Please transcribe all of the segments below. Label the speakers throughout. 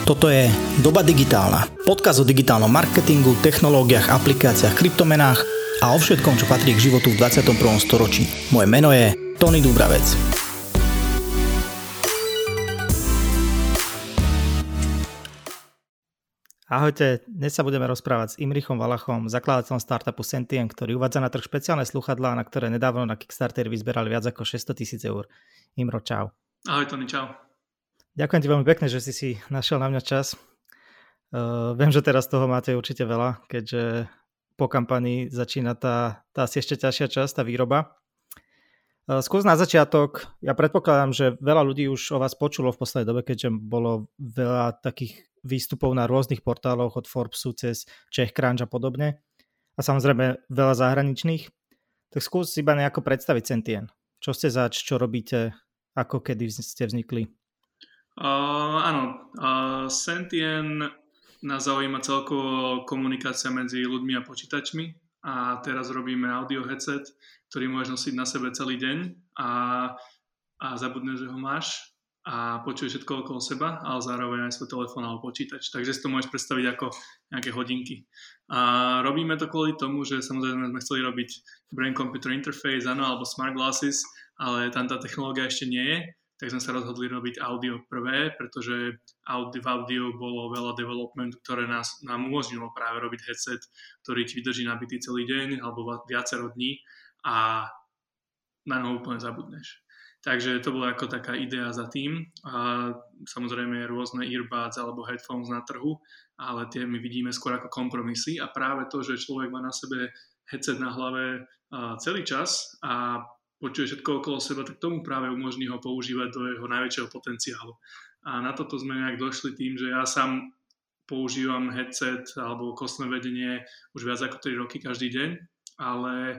Speaker 1: Toto je Doba digitálna. Podcast o digitálnom marketingu, technológiách, aplikáciách, kryptomenách a o všetkom, čo patrí k životu v 21. storočí. Moje meno je Tony Dubravec. Ahojte, dnes sa budeme rozprávať s Imrichom Valachom, zakladateľom startupu Sentient, ktorý uvádza na trh špeciálne sluchadlá, na ktoré nedávno na Kickstarter vyzberali viac ako 600 000 eur. Imro, čau.
Speaker 2: Ahoj Tony, čau.
Speaker 1: Ďakujem ti veľmi pekne, že si našiel na mňa čas. Viem, že teraz toho máte určite veľa, keďže po kampanii začína tá asi ešte ťažšia časť, tá výroba. Skús na začiatok, ja predpokladám, že veľa ľudí už o vás počulo v poslednej dobe, keďže bolo veľa takých výstupov na rôznych portáloch od Forbesu cez CzechCrunch a podobne. A samozrejme veľa zahraničných. Tak skús iba nejako predstaviť Sentient. Čo ste zač, čo robíte, ako kedy ste vznikli?
Speaker 2: Áno, Sentient nás zaujíma celkovo komunikácia medzi ľuďmi a počítačmi a teraz robíme audio headset, ktorý môžeš nosiť na sebe celý deň a zabudneš, že ho máš a počuješ všetko okolo seba, ale zároveň aj svoj telefón alebo počítač. Takže si to môžeš predstaviť ako nejaké hodinky. A robíme to kvôli tomu, že samozrejme sme chceli robiť brain computer interface, áno, alebo smart glasses, ale tam tá technológia ešte nie je. Tak sme sa rozhodli robiť audio prvé, pretože v audio bolo veľa developmentu, ktoré nám umožnilo práve robiť headset, ktorý ti vydrží nabitý celý deň alebo viacero dní a na ňo úplne zabudneš. Takže to bola ako taká idea za tým. A samozrejme rôzne earbuds alebo headphones na trhu, ale tie my vidíme skôr ako kompromisy a práve to, že človek má na sebe headset na hlave celý čas a počuje všetko okolo seba, tak tomu práve umožní ho používať do jeho najväčšieho potenciálu. A na toto sme nejak došli tým, že ja sám používam headset alebo kostné vedenie už viac ako 3 roky každý deň, ale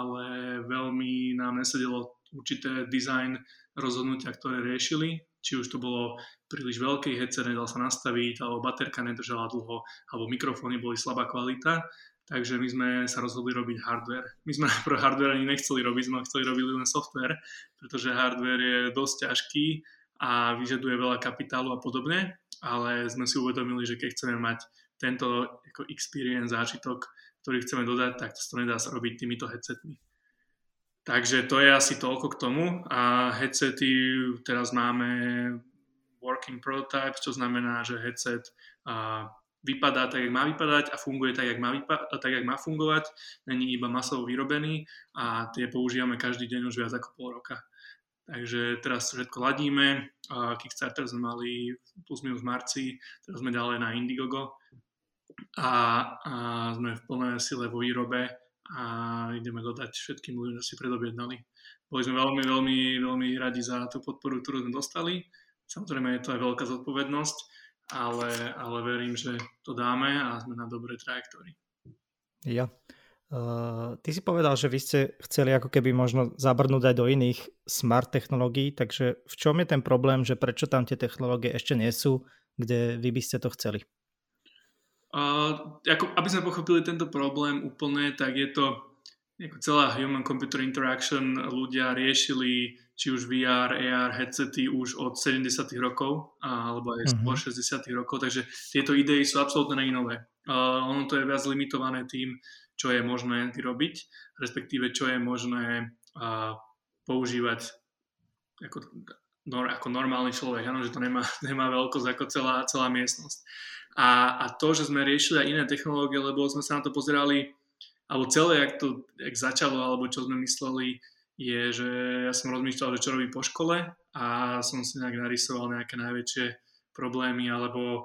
Speaker 2: veľmi nám nesedelo určité design rozhodnutia, ktoré riešili, či už to bolo príliš veľký headset, nedal sa nastaviť, alebo baterka nedržala dlho, alebo mikrofóny boli slabá kvalita. Takže my sme sa rozhodli robiť hardware. My sme pro hardware ani nechceli robiť, sme chceli robiť len software, pretože hardware je dosť ťažký a vyžaduje veľa kapitálu a podobne, ale sme si uvedomili, že keď chceme mať tento ako experience, zážitok, ktorý chceme dodať, tak to nedá sa robiť týmito headsetmi. Takže to je asi toľko k tomu a headsety teraz máme working prototype, čo znamená, že headset vypadá tak, jak má vypadať a funguje tak, jak má fungovať. Není iba masovo vyrobený a tie používame každý deň už viac ako pol roka. Takže teraz to všetko ladíme. Kickstarter sme mali plus minus v marci, teraz sme ďalej na Indiegogo a sme v plnej sile vo výrobe a ideme dodať všetkým ľuďom, čo si predobjednali. Boli sme veľmi, veľmi, veľmi radi za tú podporu, ktorú sme dostali. Samozrejme je to aj veľká zodpovednosť, ale verím, že to dáme a sme na dobrej trajektórii.
Speaker 1: Ja. Ty si povedal, že vy ste chceli ako keby možno zabrnúť aj do iných smart technológií, takže v čom je ten problém, že prečo tam tie technológie ešte nie sú, kde vy by ste to chceli?
Speaker 2: Aby sme pochopili tento problém úplne, tak je to celá human-computer interaction, ľudia riešili či už VR, AR headsety už od 70. rokov alebo aj skôr 60. rokov, takže tieto idei sú absolútne nové. Ono to je viac limitované tým, čo je možné vyrobiť, respektíve čo je možné používať ako normálny človek, ano, že to nemá veľkosť ako celá miestnosť. A to, že sme riešili aj iné technológie, lebo sme sa na to pozerali, alebo celé, jak začalo, alebo čo sme mysleli, je, že ja som rozmýšľal, že čo robí po škole a som si nejak narysoval nejaké najväčšie problémy alebo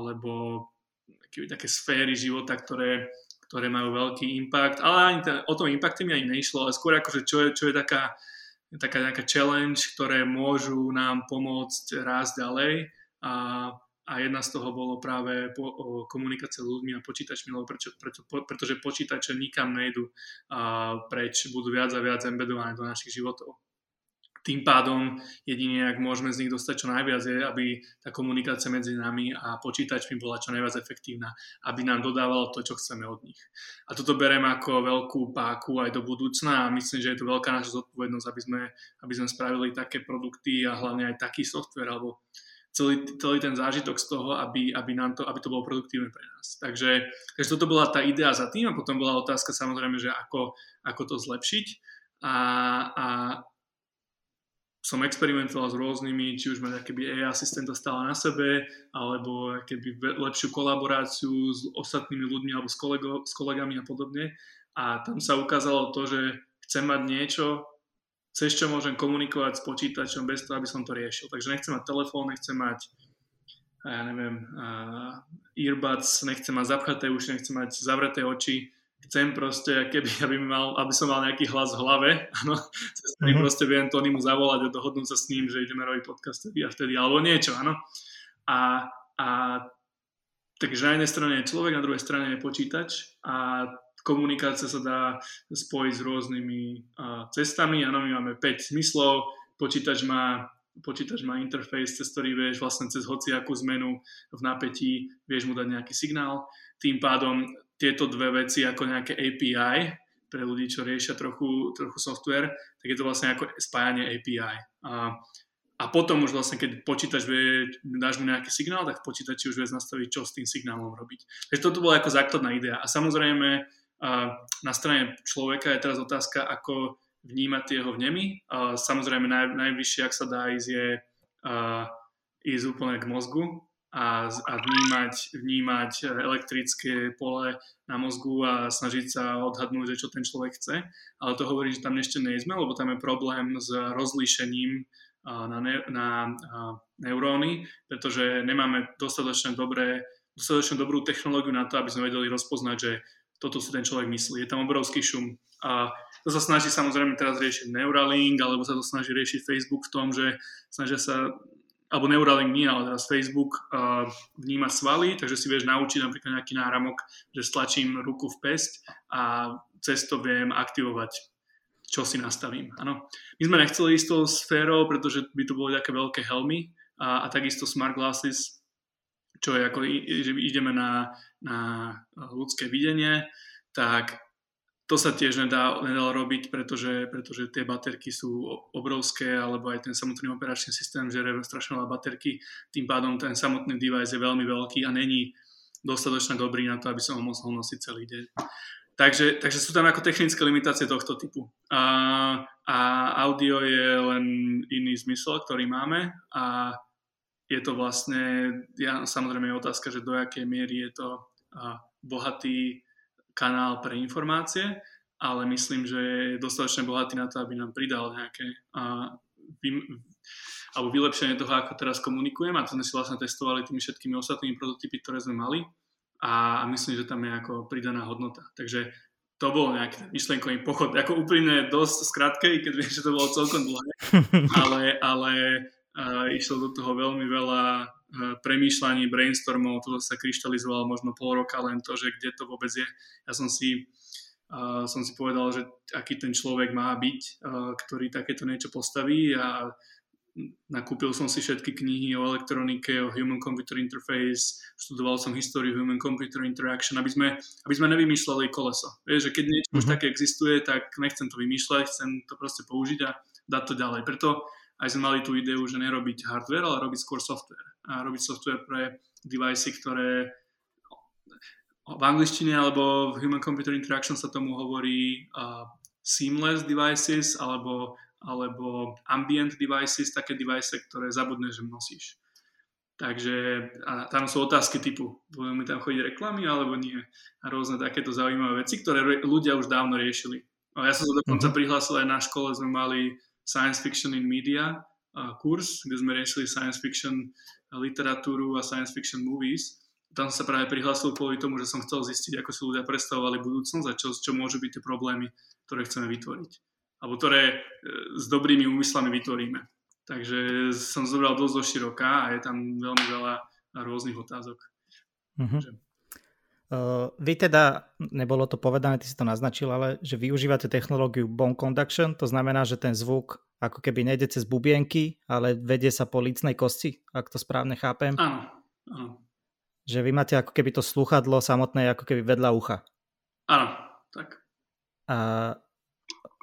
Speaker 2: také sféry života, ktoré majú veľký impact, ale ani o tom impacte mi ani neišlo, ale skôr akože čo je taká nejaká challenge, ktoré môžu nám pomôcť rásť ďalej a jedna z toho bolo práve komunikácia s ľuďmi a počítačmi, lebo pretože počítače nikam nejdu preč, budú viac a viac embedované do našich životov. Tým pádom jedine, ak môžeme z nich dostať čo najviac, je, aby tá komunikácia medzi nami a počítačmi bola čo najviac efektívna, aby nám dodávalo to, čo chceme od nich. A toto beriem ako veľkú páku aj do budúcna a myslím, že je to veľká naša zodpovednosť, aby sme spravili také produkty a hlavne aj taký software alebo celý ten zážitok z toho, aby to bolo produktívne pre nás. Takže toto bola tá idea za tým a potom bola otázka samozrejme, že ako to zlepšiť a som experimentoval s rôznymi, či už mať akéby AI asistenta stále na sebe, alebo akéby lepšiu kolaboráciu s ostatnými ľuďmi alebo s kolegami a podobne. A tam sa ukázalo to, že chcem mať niečo, cez čo môžem komunikovať s počítačom bez toho, aby som to riešil. Takže nechcem mať telefón, nechcem mať earbuds, nechcem mať zapchaté uši, nechcem mať zavreté oči. Chcem proste, aby som mal nejaký hlas v hlave, áno, cez ktorý proste viem Tonymu zavolať a dohodnúť sa s ním, že ideme robiť podcast a vtedy, alebo niečo, áno. A takže na jednej strane je človek, na druhej strane je počítač a komunikácia sa dá spojiť s rôznymi cestami, áno, my máme 5 zmyslov, počítač má interfejs, cez ktorý vieš vlastne cez hociakú zmenu v napätí, vieš mu dať nejaký signál, tým pádom tieto dve veci ako nejaké API pre ľudí, čo riešia trochu software, tak je to vlastne ako spájanie API. A potom už vlastne, keď počítač dáš mu nejaký signál, tak v počítači už vieš nastaviť, čo s tým signálom robiť. Takže toto bola ako základná idea. A samozrejme, na strane človeka je teraz otázka, ako vnímať tie jeho vnemy. Samozrejme, najvyššie, ak sa dá ísť, je ísť úplne k mozgu, a vnímať elektrické pole na mozgu a snažiť sa odhadnúť, že čo ten človek chce. Ale to hovorí, že tam ešte nejsme, lebo tam je problém s rozlíšením na neuróny, pretože nemáme dostatočne dobrú technológiu na to, aby sme vedeli rozpoznať, že toto si ten človek myslí. Je tam obrovský šum. A to sa snaží samozrejme teraz riešiť Neuralink, alebo sa to snaží riešiť Facebook v tom, že snažia sa alebo Neuralink nie, ale teraz Facebook vníma svaly, takže si vieš naučiť napríklad nejaký náramok, že stlačím ruku v pesť a cez to viem aktivovať, čo si nastavím. Ano. My sme nechceli ísť tou sférou, pretože by to boli také veľké helmy a takisto smart glasses, čo je ako, že ideme na ľudské videnie, tak to sa tiež nedalo robiť, pretože tie baterky sú obrovské, alebo aj ten samotný operačný systém žere strašne veľa baterky, tým pádom ten samotný device je veľmi veľký a není dostatočne dobrý na to, aby som ho mohol nosiť celý deň. Takže sú tam ako technické limitácie tohto typu. A audio je len iný zmysel, ktorý máme a je to vlastne, samozrejme je otázka, že do jakej miery je to bohatý kanál pre informácie, ale myslím, že je dostatočne bohatý na to, aby nám pridal nejaké alebo vylepšenie toho, ako teraz komunikujem, a to sme si vlastne testovali tými všetkými ostatnými prototypy, ktoré sme mali a myslím, že tam je ako pridaná hodnota. Takže to bol nejaký myšlienkový pochod, ako úplne dosť skrátke, keď viem, že to bolo celkom dlhé, ale išlo do toho veľmi veľa premýšľaní, brainstormov, to sa kryštalizovalo možno pol roka len to, že kde to vôbec je. Ja som si povedal, že aký ten človek má byť, ktorý takéto niečo postaví, a nakúpil som si všetky knihy o elektronike, o Human Computer Interface, študoval som históriu Human Computer Interaction, aby sme nevymýšľali koleso. Vieš, že keď niečo už také existuje, tak nechcem to vymýšľať, chcem to proste použiť a dať to ďalej. Preto aj sme mali tú ideu, že nerobiť hardware, ale robiť skôr software. A robiť software pre device, ktoré v angličtine alebo v Human Computer Interaction sa tomu hovorí seamless devices alebo ambient devices, také device, ktoré zabudneš, že nosíš. Takže tam sú otázky typu, budú mi tam chodiť reklamy alebo nie. A rôzne takéto zaujímavé veci, ktoré ľudia už dávno riešili. A ja som sa dokonca prihlásil, aj na škole sme mali Science Fiction in Media kurz, kde sme riešili science fiction literatúru a science fiction movies. Tam som sa práve prihlásil kvôli tomu, že som chcel zistiť, ako si ľudia predstavovali budúcnosť a čo môžu byť tie problémy, ktoré chceme vytvoriť. Alebo ktoré s dobrými úmyslami vytvoríme. Takže som zobral dosť do široka a je tam veľmi veľa rôznych otázok.
Speaker 1: Vy teda, nebolo to povedané, ty si to naznačil, ale že využívate technológiu bone conduction, to znamená, že ten zvuk ako keby nejde cez bubienky, ale vedie sa po lícnej kosti, ak to správne chápem.
Speaker 2: Áno.
Speaker 1: Že vy máte ako keby to slúchadlo samotné ako keby vedľa ucha.
Speaker 2: Áno, tak.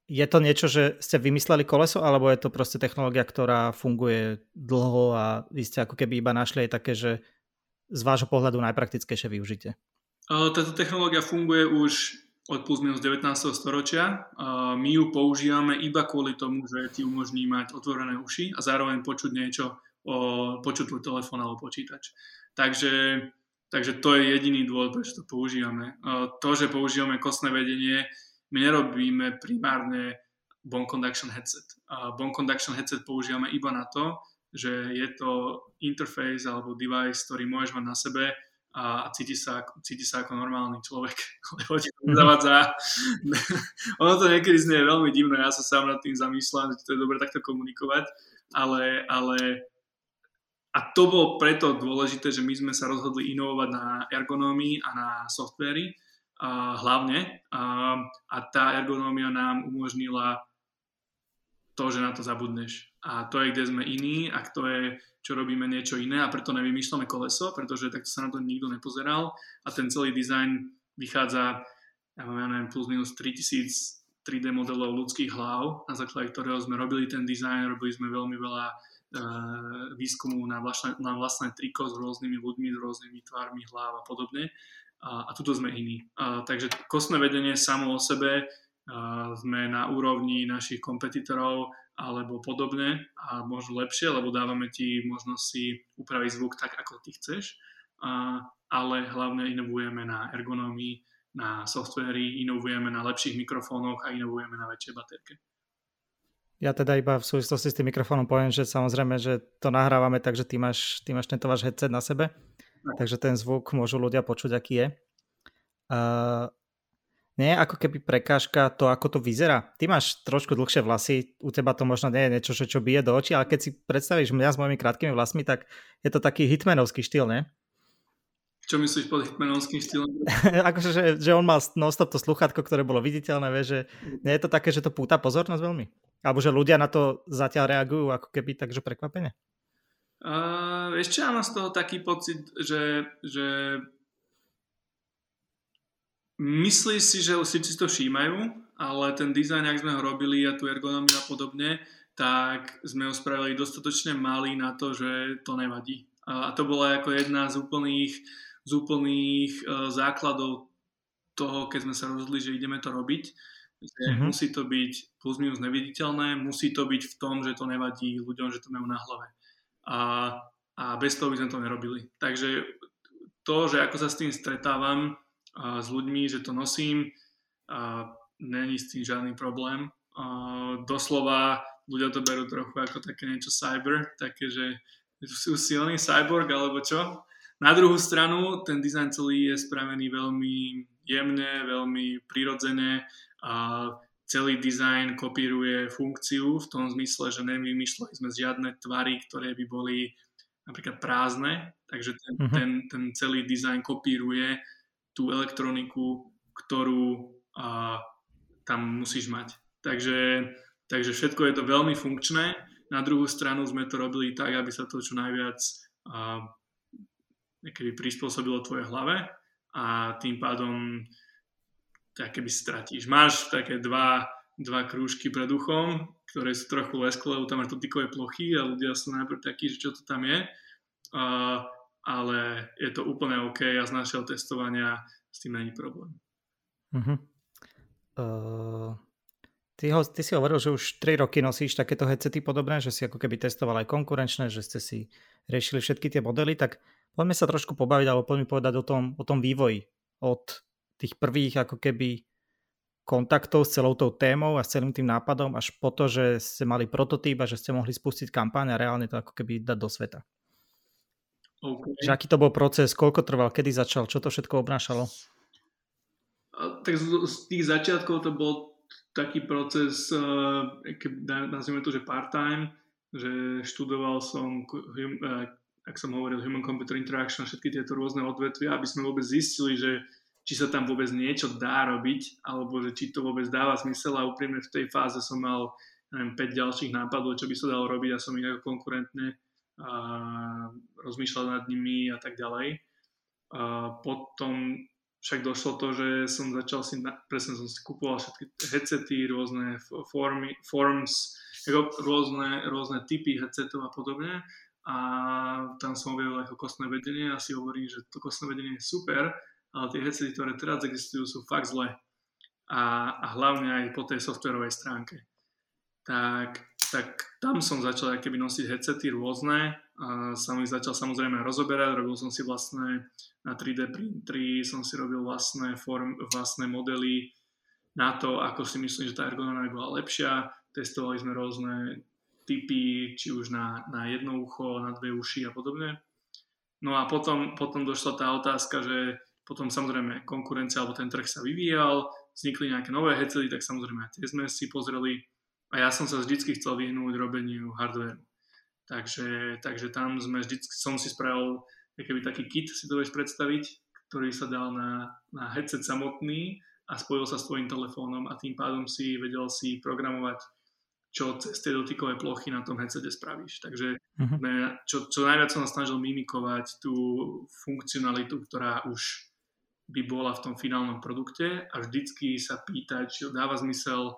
Speaker 1: Je to niečo, že ste vymysleli koleso, alebo je to proste technológia, ktorá funguje dlho a vy ste ako keby iba našli aj také, že z vášho pohľadu najpraktickejšie využitie?
Speaker 2: Táto technológia funguje už od plus minus 19. storočia. My ju používame iba kvôli tomu, že ti umožní mať otvorené uši a zároveň počuť niečo, počuť tvoj telefón alebo počítač. Takže to je jediný dôvod, prečo to používame. To, že používame kostné vedenie, my nerobíme primárne bone conduction headset. Bone conduction headset používame iba na to, že je to interface alebo device, ktorý môžeš mať na sebe a cíti sa ako normálny človek, lebo ti to zavadza. Ono to niekedy znie veľmi divno, ja sa sám nad tým zamýšľam, že to je dobre takto komunikovať, ale a to bolo preto dôležité, že my sme sa rozhodli inovovať na ergonómii a na softvéry hlavne a tá ergonómia nám umožnila to, že na to zabudneš. A to je, kde sme iní a to je, čo robíme niečo iné a preto nevymýšľame koleso, pretože takto sa na to nikto nepozeral a ten celý dizajn vychádza, ja neviem, plus minus 3000 3D modelov ľudských hlav, na základe ktorého sme robili ten dizajn, robili sme veľmi veľa výskumu na vlastné triko s rôznymi ľuďmi, s rôznymi tvármi hlav a podobne. A tuto sme iní. Takže kostné vedenie samo o sebe sme na úrovni našich kompetitorov alebo podobne a možno lepšie, lebo dávame ti možnosť si upraviť zvuk tak, ako ty chceš, ale hlavne inovujeme na ergonómii, na softvéri, inovujeme na lepších mikrofónoch a inovujeme na väčšej baterke.
Speaker 1: Ja teda iba v súvislosti s tým mikrofónom poviem, že samozrejme, že to nahrávame tak, že ty máš tento váš headset na sebe, takže ten zvuk môžu ľudia počuť, aký je. Nie je ako keby prekážka to, ako to vyzerá. Ty máš trošku dlhšie vlasy, u teba to možno nie je niečo, čo bije do očí, ale keď si predstavíš mňa s mojimi krátkými vlasmi, tak je to taký hitmanovský štýl, ne?
Speaker 2: Čo myslíš pod hitmanovským štýlom?
Speaker 1: Akože, že on mal non-stop to sluchátko, ktoré bolo viditeľné, vieš, že nie je to také, že to púta pozornosť veľmi? Alebo že ľudia na to zatiaľ reagujú ako keby takže prekvapene?
Speaker 2: Ešte mám z toho taký pocit, že myslíš si, že si to všímajú, ale ten dizajn, ak sme ho robili a tú ergonómiu a podobne, tak sme ho spravili dostatočne malý na to, že to nevadí. A to bola ako jedna z úplných základov toho, keď sme sa rozhodli, že ideme to robiť. Musí to byť plus minus neviditeľné, musí to byť v tom, že to nevadí ľuďom, že to majú na hlave. A bez toho by sme to nerobili. Takže to, že ako sa s tým stretávam s ľuďmi, že to nosím, není s tým žiadny problém. Doslova ľudia to berú trochu ako také niečo cyber, také, že sú silný cyborg alebo čo. Na druhú stranu ten dizajn celý je spravený veľmi jemne, veľmi prirodzene a celý dizajn kopíruje funkciu v tom zmysle, že nevymýšľali sme žiadne tvary, ktoré by boli napríklad prázdne, takže ten celý dizajn kopíruje tú elektroniku, ktorú tam musíš mať. Takže všetko je to veľmi funkčné. Na druhú stranu sme to robili tak, aby sa to čo najviac keby prispôsobilo tvojej hlave a tým pádom keby stratíš. Máš také dva krúžky pred uchom, ktoré sú trochu lesklé, lebo tam máš dotykové plochy a ľudia sú najprv takí, že čo to tam je. Ale je to úplne OK a z našeho testovania s tým není problém.
Speaker 1: Ty si hovoril, že už 3 roky nosíš takéto headsety podobné, že si ako keby testoval aj konkurenčné, že ste si riešili všetky tie modely, tak poďme sa trošku pobaviť alebo poďme povedať o tom vývoji od tých prvých ako keby kontaktov s celou tou témou a s celým tým nápadom až po to, že ste mali prototyp a že ste mohli spustiť kampaň a reálne to ako keby dať do sveta.
Speaker 2: Okay.
Speaker 1: Že aký to bol proces, koľko trval, kedy začal, čo to všetko obnášalo?
Speaker 2: Tak z tých začiatkov to bol taký proces, nazvime to, že part-time, že študoval som, ak som hovoril, Human Computer Interaction, všetky tieto rôzne odvetvia, aby sme vôbec zistili, že či sa tam vôbec niečo dá robiť, alebo že či to vôbec dáva zmysel a úprimne v tej fáze som mal 5 ďalších nápadov, čo by sa dalo robiť a som ich ako konkurentne rozmýšľal nad nimi a tak ďalej. Potom však došlo to, že som začal presne som si kupoval všetky headsety, rôzne forms, rôzne typy headsetov a podobne. A tam som objavil ako kostné vedenie a si hovorím, že to kostné vedenie je super, ale tie headsety, ktoré teraz existujú, sú fakt zlé. A hlavne aj po tej softwarovej stránke. Tak tam som začal keby nosiť headsety rôzne. Som ich začal samozrejme rozoberať, robil som si vlastné na 3D printri, som si robil vlastné modely na to, ako si myslím, že tá ergonomia bola lepšia. Testovali sme rôzne typy, či už na jedno ucho, na 2 uši a podobne. No a potom došla tá otázka, že potom samozrejme konkurencia alebo ten trh sa vyvíjal, vznikli nejaké nové headsety, tak samozrejme tie sme si pozreli a ja som sa vždycky chcel vyhnúť robeniu hardwareu. Takže tam som si spravil taký kit, si to vieš predstaviť, ktorý sa dal na headset samotný a spojil sa s tvojím telefónom a tým pádom si vedel si programovať, čo cez tie dotykové plochy na tom headsete spravíš. Takže čo najviac som sa snažil mimikovať tú funkcionalitu, ktorá už by bola v tom finálnom produkte a vždycky sa pýtať, či dáva zmysel,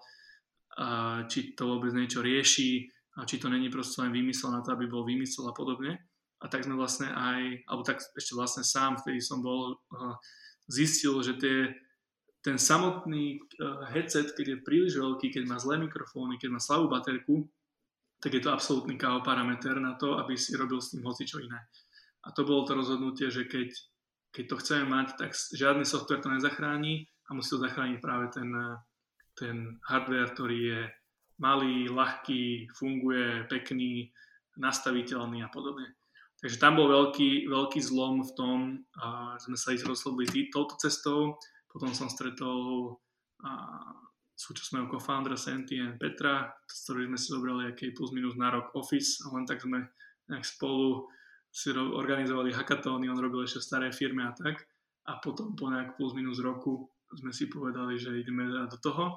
Speaker 2: či to vôbec niečo rieši, a či to není proste len vymysel na to, aby bol vymysel a podobne. A tak sme vlastne ešte vlastne sám, vtedy som bol, zistil, že ten samotný headset, keď je príliš veľký, keď má zlé mikrofóny, keď má slabú baterku, tak je to absolútny KO parameter na to, aby si robil s tým hocičo iné. A to bolo to rozhodnutie, že keď to chceme mať, tak žiadny software to nezachráni a musí to zachrániť práve ten hardware, ktorý je malý, ľahký, funguje, pekný, nastaviteľný a podobne. Takže tam bol veľký zlom v tom, že sme sa rozhodli touto cestou. Potom som stretol súčasného co-foundera Sentien Petra, s ktorým sme si zobrali aký plus minus na rok office a len tak sme nejak spolu si organizovali hackathony, on robil ešte v starej firme a tak. A potom po nejak plus minus roku sme si povedali, že ideme do toho.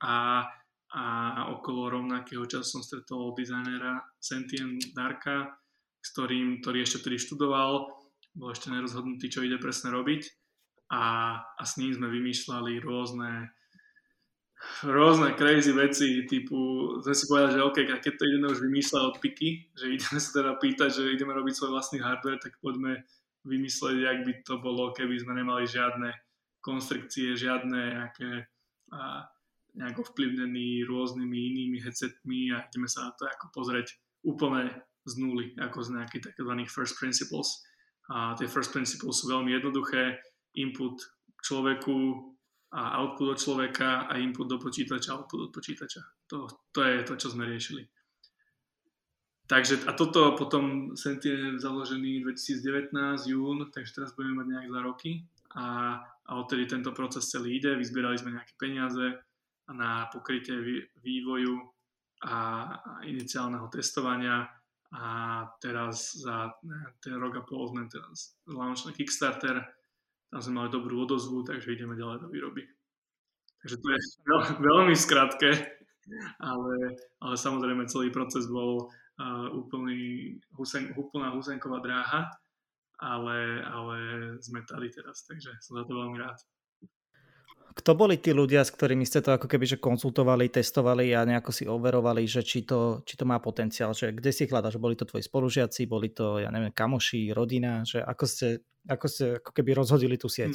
Speaker 2: A okolo rovnakého času som stretol dizajnera Sentien Darka, ktorý ešte vtedy študoval, bol ešte nerozhodnutý, čo ide presne robiť a s ním sme vymýšľali rôzne crazy veci, typu sme si povedali, že OK, keď to ideme už vymýšľať od piky, že ideme sa teda pýtať, že ideme robiť svoj vlastný hardware, tak poďme vymysleť, jak by to bolo, keby sme nemali žiadne konstrikcie, žiadne nejak ovplyvnení rôznymi inými headsetmi a ideme sa na to ako pozrieť úplne z nuly, ako z nejakých takzvaných first principles. A tie first principles sú veľmi jednoduché. Input k človeku a output od človeka a input do počítača, output od počítača. To je to, čo sme riešili. Takže a toto potom Sentien je založený 2019 jún, takže teraz budeme mať nejak 2 roky a odtedy tento proces celý ide. Vyzbierali sme nejaké peniaze na pokrytie vývoju a iniciálneho testovania a teraz za ten rok a pol sme teraz launch na Kickstarter, tam sme mali dobrú odozvu, takže ideme ďalej do výroby. Takže to je veľmi skrátke, ale samozrejme celý proces bol úplná husenková dráha, ale sme tady teraz, takže som za to veľmi rád.
Speaker 1: Kto boli tí ľudia, s ktorými ste to ako keby že konzultovali, testovali a nejako si overovali, že či to má potenciál? Že kde si hľadaš? Boli to tvoji spolužiaci? Boli to, ja neviem, kamoši, rodina? Že ako ste ako keby rozhodili tú sieť?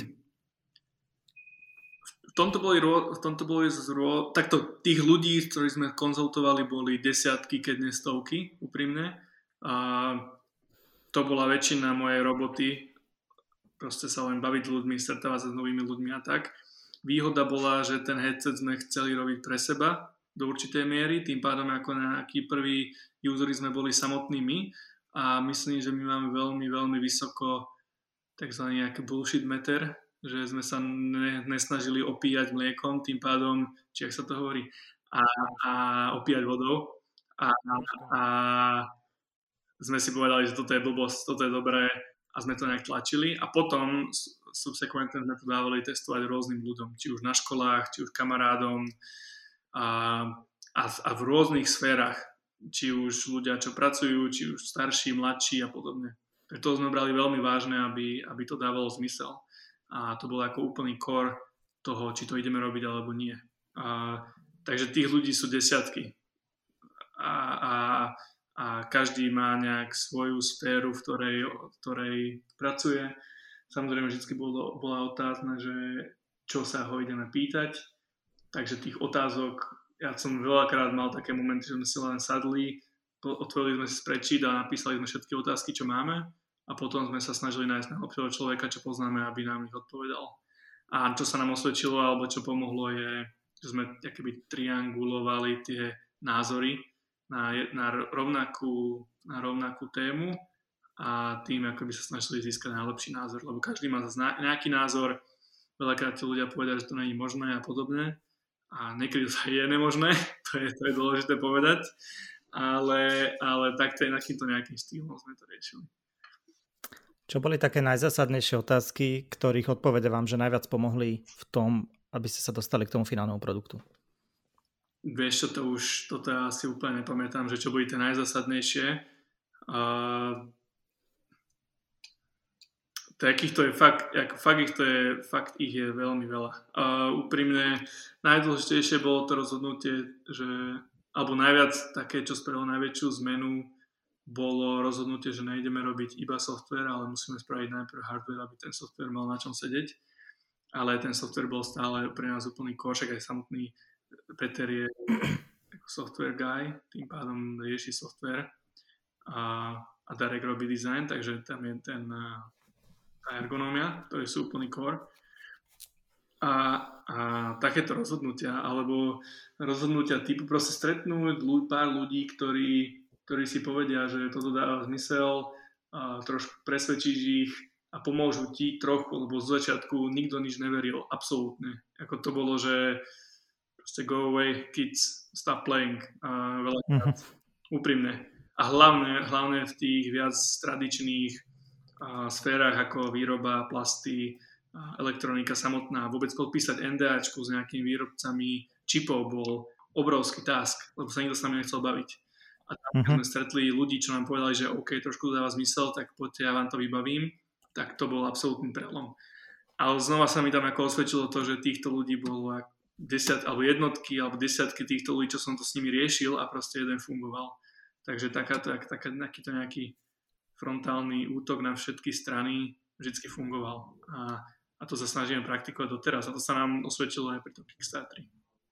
Speaker 2: V tomto boli takto tých ľudí, ktorí sme konzultovali, boli desiatky, keď nie stovky, úprimne. A to bola väčšina mojej roboty. Proste sa len baviť s ľuďmi, stretávať sa s novými ľuďmi a tak. Výhoda bola, že ten headset sme chceli robiť pre seba do určitej miery, tým pádom ako nejakí prví usery sme boli samotní my a myslím, že my máme veľmi, veľmi vysoko takzvaný nejaký bullshit meter, že sme sa nesnažili opíjať mliekom, tým pádom, či ak sa to hovorí, a opíjať vodou a sme si povedali, že toto je blbosť, toto je dobré a sme to nejak tlačili a potom subsequentne sme to dávali testovať rôznym ľuďom, či už na školách, či už kamarádom a v rôznych sférach, či už ľudia, čo pracujú, či už starší, mladší a podobne. Preto sme brali veľmi vážne, aby to dávalo zmysel. a to bol ako úplný core toho, či to ideme robiť alebo nie. Takže tých ľudí sú desiatky a, a, a každý má nejak svoju sféru, v ktorej pracuje. Samozrejme, vždy bola otázna, že čo sa ho ideme pýtať, takže tých otázok, ja som veľakrát mal také momenty, že sme si len sadli, otvorili sme si spreadsheet a napísali sme všetky otázky, čo máme a potom sme sa snažili nájsť najlepšieho človeka, čo poznáme, aby nám ich odpovedal. A čo sa nám osvedčilo, alebo čo pomohlo je, že sme akoby triangulovali tie názory na rovnakú tému a tým akoby sa snažili získať najlepší názor, lebo každý má nejaký názor, veľakrát tí ľudia povedia, že to nie je možné a podobne a niekedy to je nemožné, to je dôležité povedať, ale takýmto nejakým štýlom sme to riešili.
Speaker 1: Čo boli také najzásadnejšie otázky, ktorých odpovede vám, že najviac pomohli v tom, aby ste sa dostali k tomu finálnemu produktu?
Speaker 2: Vieš čo, toto ja asi úplne nepamätám, že čo boli tie najzásadnejšie. Takýchto je fakt ich je veľmi veľa. Úprimne, najdôležitejšie bolo to rozhodnutie, alebo najviac také, čo spravilo najväčšiu zmenu, bolo rozhodnutie, že nejdeme robiť iba software, ale musíme spraviť najprv hardware, aby ten software mal na čom sedieť. Ale ten software bol stále pre nás úplný košek, aj samotný Peter je software guy, tým pádom rieši software a Darek robí design, takže tam je tá ergonómia, to je úplný core. A takéto rozhodnutia, alebo rozhodnutia typu proste stretnúť pár ľudí, ktorí si povedia, že toto dáva zmysel, trošku presvedčíš ich a pomôžu ti trochu, lebo z začiatku nikto nič neveril, absolútne. Ako to bolo, že proste go away, kids, stop playing, veľakrát, úprimne. A hlavne v tých viac tradičných sférach ako výroba, plasty, elektronika samotná, vôbec podpísať NDAčku s nejakými výrobcami čipov bol obrovský task, lebo sa nikto s nami nechcel baviť. A tam, keď sme stretli ľudí, čo nám povedali, že OK, trošku dáva zmysel, tak poďte, ja vám to vybavím, tak to bol absolútny prelom. Ale znova sa mi tam ako osvedčilo to, že týchto ľudí bolo jednotky alebo desiatky týchto ľudí, čo som to s nimi riešil a proste jeden fungoval. Takže takýto nejaký frontálny útok na všetky strany vždycky fungoval. A to sa snažíme praktikovať doteraz. A to sa nám osvedčilo aj pri tom Kickstarteri.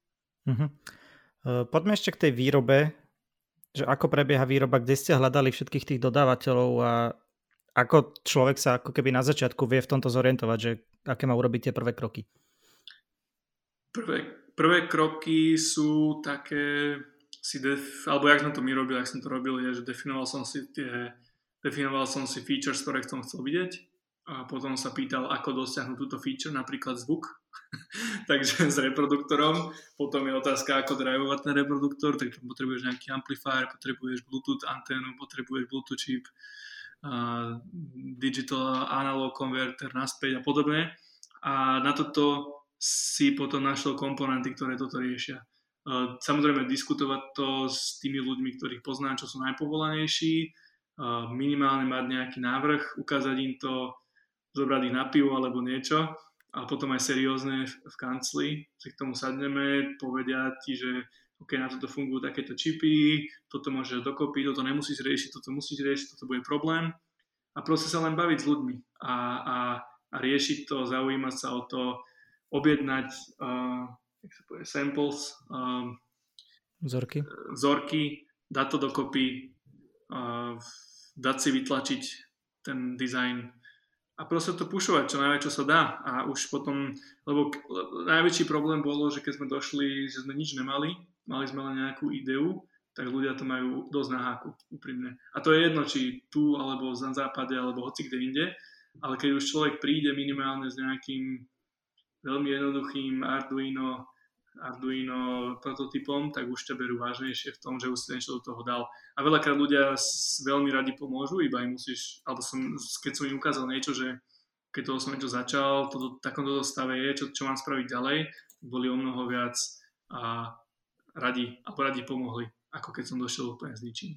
Speaker 1: Poďme ešte k tej výrobe, že ako prebieha výroba, kde ste hľadali všetkých tých dodávateľov a ako človek sa ako keby na začiatku vie v tomto zorientovať, že aké má urobiť tie prvé kroky?
Speaker 2: Prvé kroky sú také, alebo jak som to robil, je, že definoval som si features, ktoré som chcel vidieť a potom sa pýtal, ako dosiahnuť túto feature, napríklad zvuk, takže s reproduktorom. Potom je otázka, ako drivovať ten reproduktor, takže potrebuješ nejaký amplifier, potrebuješ Bluetooth anténu, potrebuješ Bluetooth chip, digital analog converter naspäť a podobne. A na toto si potom našiel komponenty, ktoré toto riešia. Samozrejme diskutovať to s tými ľuďmi, ktorých poznám, čo sú najpovolanejší, minimálne mať nejaký návrh, ukázať im to, zobrať ich na pivo alebo niečo a potom aj seriózne v kancli si k tomu sadneme, povedia ti, že OK, na toto fungujú takéto čipy, toto môžeš dokopy, toto nemusíš riešiť, toto musíš riešiť, toto bude problém a proste sa len baviť s ľuďmi a riešiť to, zaujímať sa o to, objednať samples, vzorky, dať to dokopy, dať si vytlačiť ten design a proste to pušovať čo najviac, čo sa dá. A už potom, lebo najväčší problém bolo, že keď sme došli, že sme nič nemali, mali sme len nejakú ideu, tak ľudia to majú dosť na háku, úprimne. A to je jedno, či tu, alebo na západe, alebo hoci kde inde, ale keď už človek príde minimálne s nejakým veľmi jednoduchým Arduino prototypom, tak už ťa berú vážnejšie v tom, že už si niečo do toho dal. A veľakrát ľudia veľmi radi pomôžu, iba im musíš, alebo keď som im ukázal niečo, že keď toho som niečo začal, v takomto stave je, čo mám spraviť ďalej, boli o mnoho viac a radi pomohli, ako keď som došiel úplne s ničím.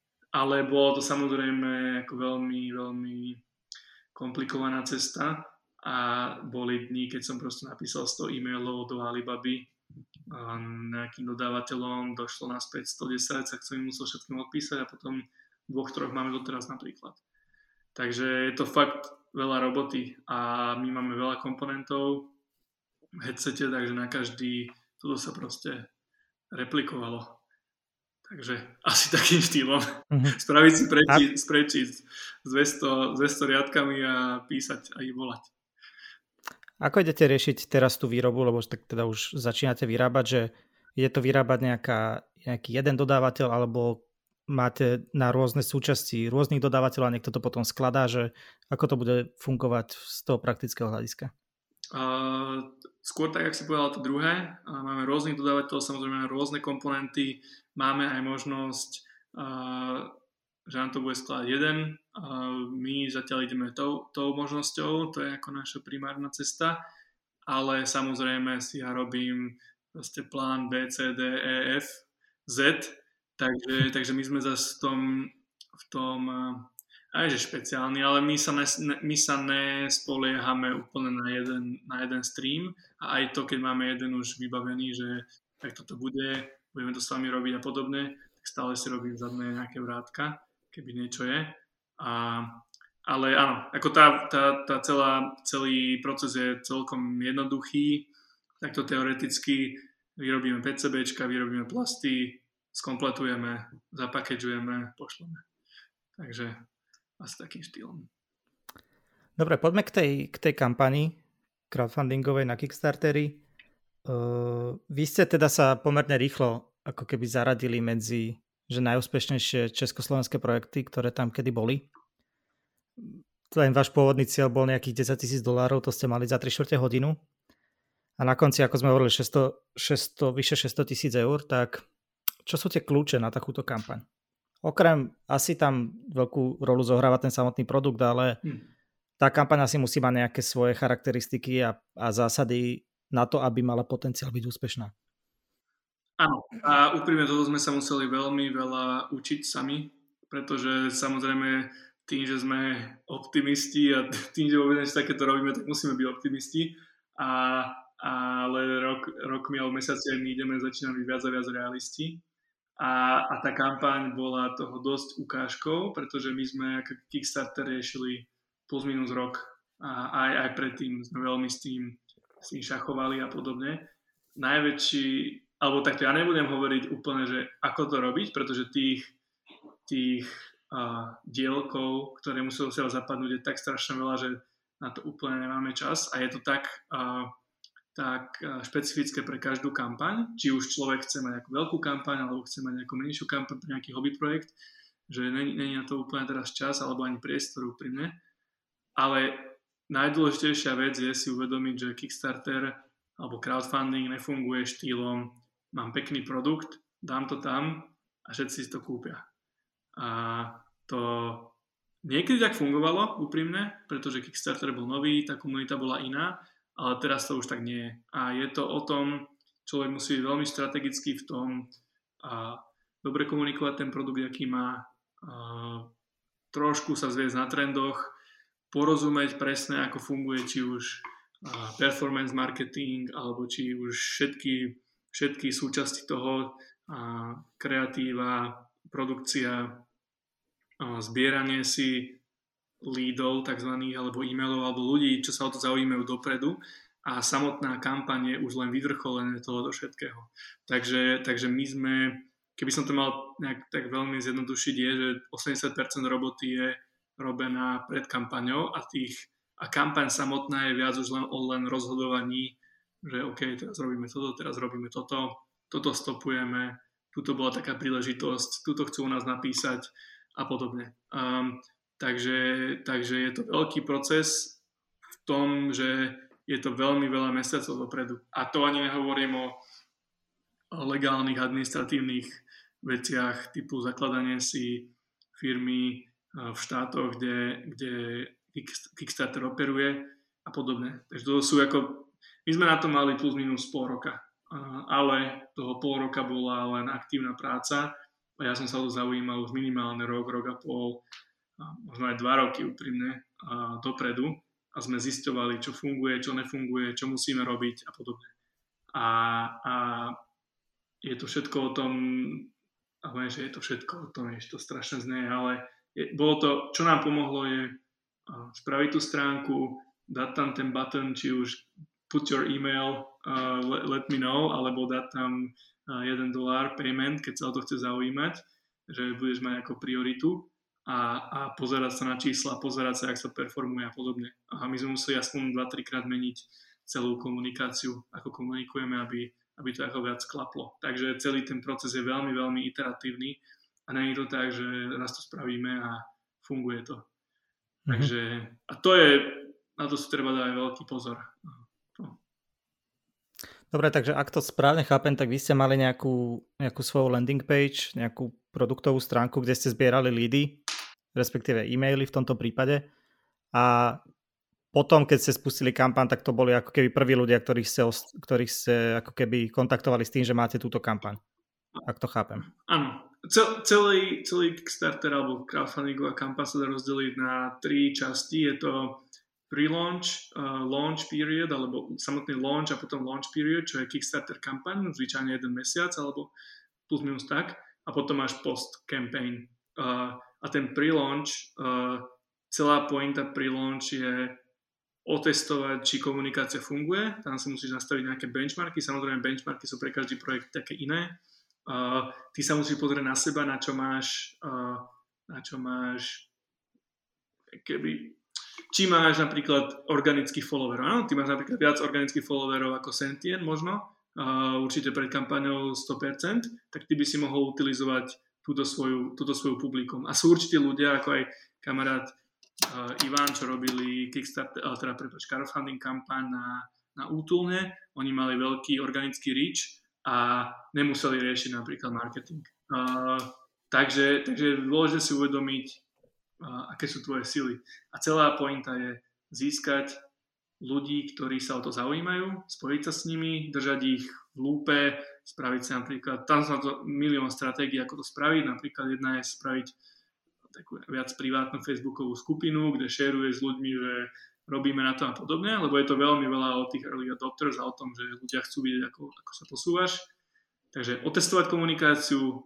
Speaker 2: Ale bolo to samozrejme ako veľmi, veľmi komplikovaná cesta a boli dni, keď som proste napísal 100 e-mailov do Alibaby a nejakým dodávateľom, došlo naspäť 110, tak som im musel všetkým odpísať a potom 2-3 máme doteraz napríklad. Takže je to fakt veľa roboty a my máme veľa komponentov v headsete, takže na každý toto sa proste replikovalo. Takže asi takým štýlom. Spraviť si spreadsheet s 200 riadkami a písať a ich volať.
Speaker 1: Ako idete riešiť teraz tú výrobu, lebo tak teda už začínate vyrábať, že ide to vyrábať nejaký jeden dodávateľ, alebo máte na rôzne súčasti rôznych dodávateľov a niekto to potom skladá, že ako to bude fungovať z toho praktického hľadiska?
Speaker 2: Skôr tak, ak si povedal to druhé, máme rôznych dodávateľov, samozrejme rôzne komponenty, máme aj možnosť, že nám to bude skladať jeden. My zatiaľ ideme tou možnosťou, to je ako naša primárna cesta, ale samozrejme si ja robím proste plán B, C, D, E, F, Z, takže my sme zase v tom aj že špeciálny, ale my sa nespoliehame úplne na jeden stream a aj to, keď máme jeden už vybavený, že tak toto budeme to s vami robiť a podobne, tak stále si robím zadné nejaké vrátka, keby niečo je. Ale áno, ako celý proces je celkom jednoduchý, takto teoreticky vyrobíme PCBčka, vyrobíme plasty, skompletujeme, zapakežujeme, pošleme. Takže asi takým štýlom.
Speaker 1: Dobre, poďme k tej kampani crowdfundingovej na Kickstarteri. Vy ste teda sa pomerne rýchlo ako keby zaradili medzi že najúspešnejšie československé projekty, ktoré tam kedy boli. Ten váš pôvodný cieľ bol nejakých $10,000, to ste mali za 3/4 hodinu. A na konci, ako sme hovorili, vyše 600,000 eur, tak čo sú tie kľúče na takúto kampaň? Okrem asi tam veľkú rolu zohráva ten samotný produkt, ale tá kampaň asi musí mať nejaké svoje charakteristiky a zásady na to, aby mala potenciál byť úspešná.
Speaker 2: Áno, a úprimne toto sme sa museli veľmi veľa učiť sami, pretože samozrejme tým, že sme optimisti a tým, že vôbec takéto robíme, tak musíme byť optimisti, ale rokmi alebo mesiaci my začíname byť viac a viac realisti. A tá kampaň bola toho dosť ukážkou, pretože my sme ako Kickstarter riešili plus minus rok a aj predtým sme veľmi s tým šachovali a podobne. Najväčší, alebo takto ja nebudem hovoriť úplne, že ako to robiť, pretože tých dielkov, ktoré muselo sa zapadnúť, je tak strašne veľa, že na to úplne nemáme čas a je to tak špecifické pre každú kampaň, či už človek chce mať nejakú veľkú kampaň alebo chce mať nejakú menšiu kampaň pre nejaký hobby projekt, že není na to úplne teraz čas alebo ani priestor úprimne. Ale najdôležitejšia vec je si uvedomiť, že Kickstarter alebo crowdfunding nefunguje štýlom mám pekný produkt, dám to tam a všetci si to kúpia. A to niekedy tak fungovalo úprimne, pretože Kickstarter bol nový, tá komunita bola iná, ale teraz to už tak nie je. A je to o tom, človek musí byť veľmi strategický v tom a dobre komunikovať ten produkt, aký má, trošku sa zviesť na trendoch, porozumieť presne, ako funguje či už performance marketing, alebo či už všetky súčasti toho, kreatíva, produkcia, zbieranie si leadov takzvaných, alebo e-mailov, alebo ľudí, čo sa o to zaujímajú dopredu a samotná kampaň je už len vyvrcholenie toho do všetkého. Takže my sme, keby som to mal nejak tak veľmi zjednodušiť, je, že 80% roboty je robená pred kampaňou a kampaň samotná je viac už len rozhodovaní, že OK, teraz robíme toto stopujeme, tuto bola taká príležitosť, tuto chcú u nás napísať a podobne. Takže je to veľký proces v tom, že je to veľmi veľa mesiacov dopredu. A to ani nehovorím o legálnych administratívnych veciach typu zakladanie si firmy v štátoch, kde Kickstarter operuje a podobne. Takže to sú my sme na to mali plus minus pol roka, ale toho pol roka bola len aktívna práca a ja som sa to zaujímal už minimálne rok a pol, možno aj 2 roky úprimne dopredu a sme zisťovali, čo funguje, čo nefunguje, čo musíme robiť a podobne. A je to všetko o tom, ale že je to všetko o tom, že to strašne znie, ale bolo to, čo nám pomohlo je spraviť tú stránku, dať tam ten button, či už put your email, let me know, alebo dať tam $1 payment, keď sa o to chce zaujímať, že budeš mať ako prioritu a pozerať sa na čísla, pozerať sa, jak sa performuje a podobne. A my sme museli aspoň 2-3 krát meniť celú komunikáciu, ako komunikujeme, aby to ako viac klaplo. Takže celý ten proces je veľmi, veľmi iteratívny a nie je to tak, že raz to spravíme a funguje to. Takže, a to je, na to si treba dať veľký pozor.
Speaker 1: Dobre, takže ak to správne chápem, tak vy ste mali nejakú svoju landing page, nejakú produktovú stránku, kde ste zbierali lídy, respektíve e-maily v tomto prípade. A potom, keď ste spustili kampaň, tak to boli ako keby prví ľudia, ktorých ste ako keby kontaktovali s tým, že máte túto kampaň. Ak to chápem.
Speaker 2: Áno. Celý Kickstarter alebo crowdfundingová kampaň sa dá rozdeliť na 3 časti. Je to pre-launch, launch period, alebo samotný launch a potom launch period, čo je Kickstarter kampaň, zvyčajne 1 mesiac, alebo plus minus tak. A potom máš post-campaign. A ten pre-launch, celá pointa pre-launch je otestovať, či komunikácia funguje. Tam si musíš nastaviť nejaké benchmarky. Samozrejme, benchmarky sú pre každý projekt také iné. Ty sa musíš pozrieť na seba, na čo máš či máš napríklad organických followerov. Áno, ty máš napríklad viac organických followerov ako Sentien možno, určite pred kampaňou 100%, tak ty by si mohol utilizovať túto svoju publikum. A sú určite ľudia, ako aj kamarát Ivan, čo robili Kickstarter, crowdfunding kampaň na útulne. Oni mali veľký organický reach a nemuseli riešiť napríklad marketing. Takže je dôležité si uvedomiť, aké sú tvoje sily. A celá pointa je získať ľudí, ktorí sa o to zaujímajú, spojiť sa s nimi, držať ich v lúpe, spraviť si napríklad, tam sú to milión stratégií, ako to spraviť. Napríklad jedna je spraviť takú viac privátnu facebookovú skupinu, kde šeruješ s ľuďmi, že robíme na to a podobne, lebo je to veľmi veľa o tých early adopters a o tom, že ľudia chcú vidieť, ako sa posúvaš. Takže otestovať komunikáciu,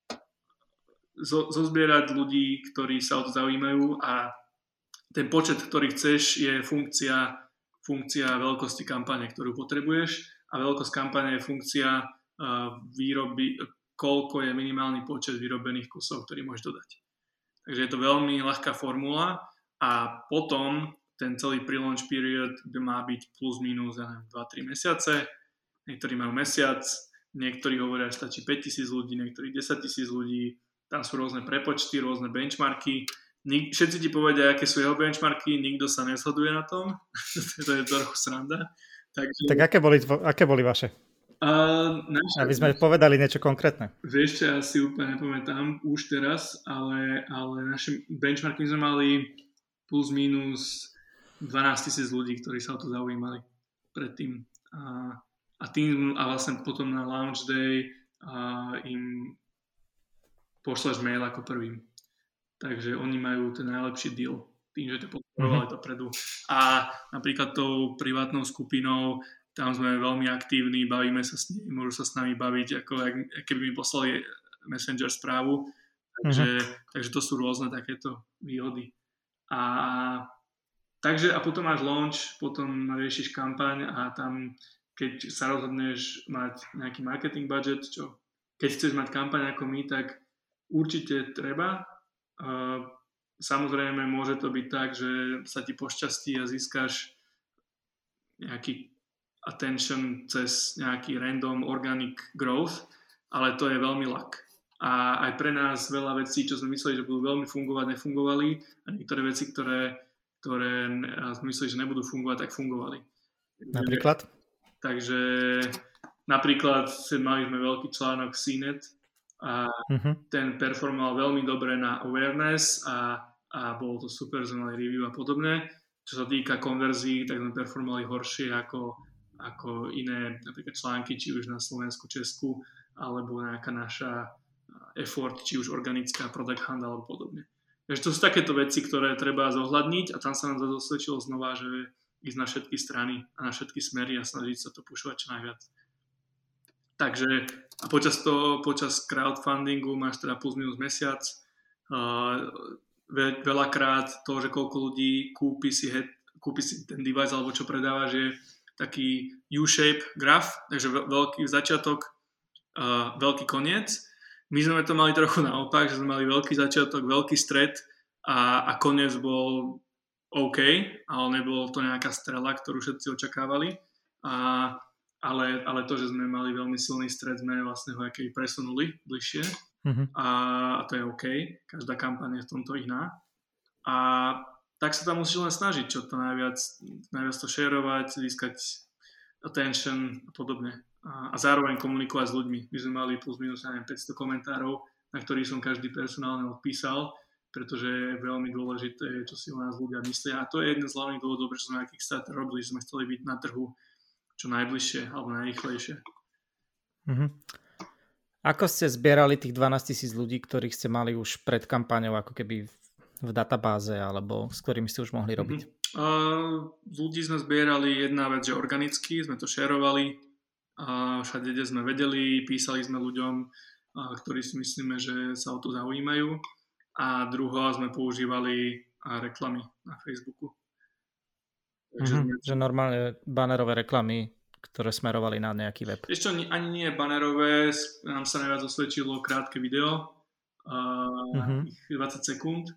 Speaker 2: zozbierať ľudí, ktorí sa o to zaujímajú a ten počet, ktorý chceš, je funkcia veľkosti kampane, ktorú potrebuješ a veľkosť kampane je funkcia výroby, koľko je minimálny počet vyrobených kusov, ktorý môžeš dodať. Takže je to veľmi ľahká formula a potom ten celý pre-launch period má byť plus minus 2-3 mesiace. Niektorí majú mesiac, niektorí hovoria, že stačí 5,000 ľudí, niektorí 10,000 ľudí. Tam sú rôzne prepočty, rôzne benchmarky. Všetci ti povedia, aké sú jeho benchmarky, nikto sa neshoduje na tom. To je trochu sranda. Takže...
Speaker 1: Tak aké boli vaše? Aby sme povedali niečo konkrétne.
Speaker 2: Vieš, čo ja si úplne nepamätám už teraz, ale naše benchmarky sme mali plus minus 12,000 ľudí, ktorí sa o to zaujímali predtým. A vlastne potom na launch day im pošleš mail ako prvým. Takže oni majú ten najlepší deal tým, že to podporovali dopredu. A napríklad tou privátnou skupinou tam sme veľmi aktívni, bavíme sa s nimi, môžu sa s nami baviť, ako keby mi poslali Messenger správu. Takže to sú rôzne takéto výhody. A potom máš launch, potom riešiš kampaň a tam, keď sa rozhodneš mať nejaký marketing budget, keď chceš mať kampaň ako my, tak určite treba. Samozrejme, môže to byť tak, že sa ti pošťastí a získaš nejaký attention cez nejaký random organic growth, ale to je veľmi luck. A aj pre nás veľa vecí, čo sme mysleli, že budú veľmi fungovať, nefungovali a niektoré veci, ktoré sme mysleli, že nebudú fungovať, tak fungovali.
Speaker 1: Napríklad?
Speaker 2: Takže napríklad mali sme veľký článok CNET a ten performoval veľmi dobre na awareness a bolo to super, sme mali review a podobne. Čo sa týka konverzií, tak sme performovali horšie ako iné napríklad články, či už na Slovensku, Česku, alebo nejaká naša effort, či už organická product hunt alebo podobne. Takže to sú takéto veci, ktoré treba zohľadniť a tam sa nám dosvedčilo znova, že ísť na všetky strany a na všetky smery a snažiť sa to pušovať čo najviac. Takže a počas crowdfundingu máš teda plus minus mesiac. Veľakrát to, že koľko ľudí kúpi si ten device alebo čo predáva, že je taký U-shape graf, takže veľký začiatok, veľký koniec. My sme to mali trochu naopak, že sme mali veľký začiatok, veľký stred a koniec bol OK, ale nebolo to nejaká strela, ktorú všetci očakávali. Ale to, že sme mali veľmi silný stred, sme vlastne ho aký presunuli bližšie. A to je OK. Každá kampaň je v tomto iná. A tak sa tam musíš len snažiť, čo to najviac to šerovať, získať attention a podobne. A zároveň komunikovať s ľuďmi. My sme mali plus minus 500 komentárov, na ktorých som každý personálne odpísal, pretože je veľmi dôležité, čo si o nás ľudia myslia. A to je jeden z hlavných dôvodov, prečo sme na Kickstarter robili, že sme chceli byť na trhu čo najbližšie alebo najrýchlejšie.
Speaker 1: Ako ste zbierali tých 12 000 ľudí, ktorých ste mali už pred kampaňou ako keby v databáze alebo s ktorými ste už mohli robiť?
Speaker 2: Ľudí sme zbierali jedna vec, že organicky, sme to šerovali, všade, kde sme vedeli, písali sme ľuďom, ktorí si myslíme, že sa o to zaujímajú, a druhá sme používali reklamy na Facebooku.
Speaker 1: Že normálne banerové reklamy, ktoré smerovali na nejaký web.
Speaker 2: Ešte ani nie banerové, nám sa najviac osvedčilo krátke video, 20 sekúnd.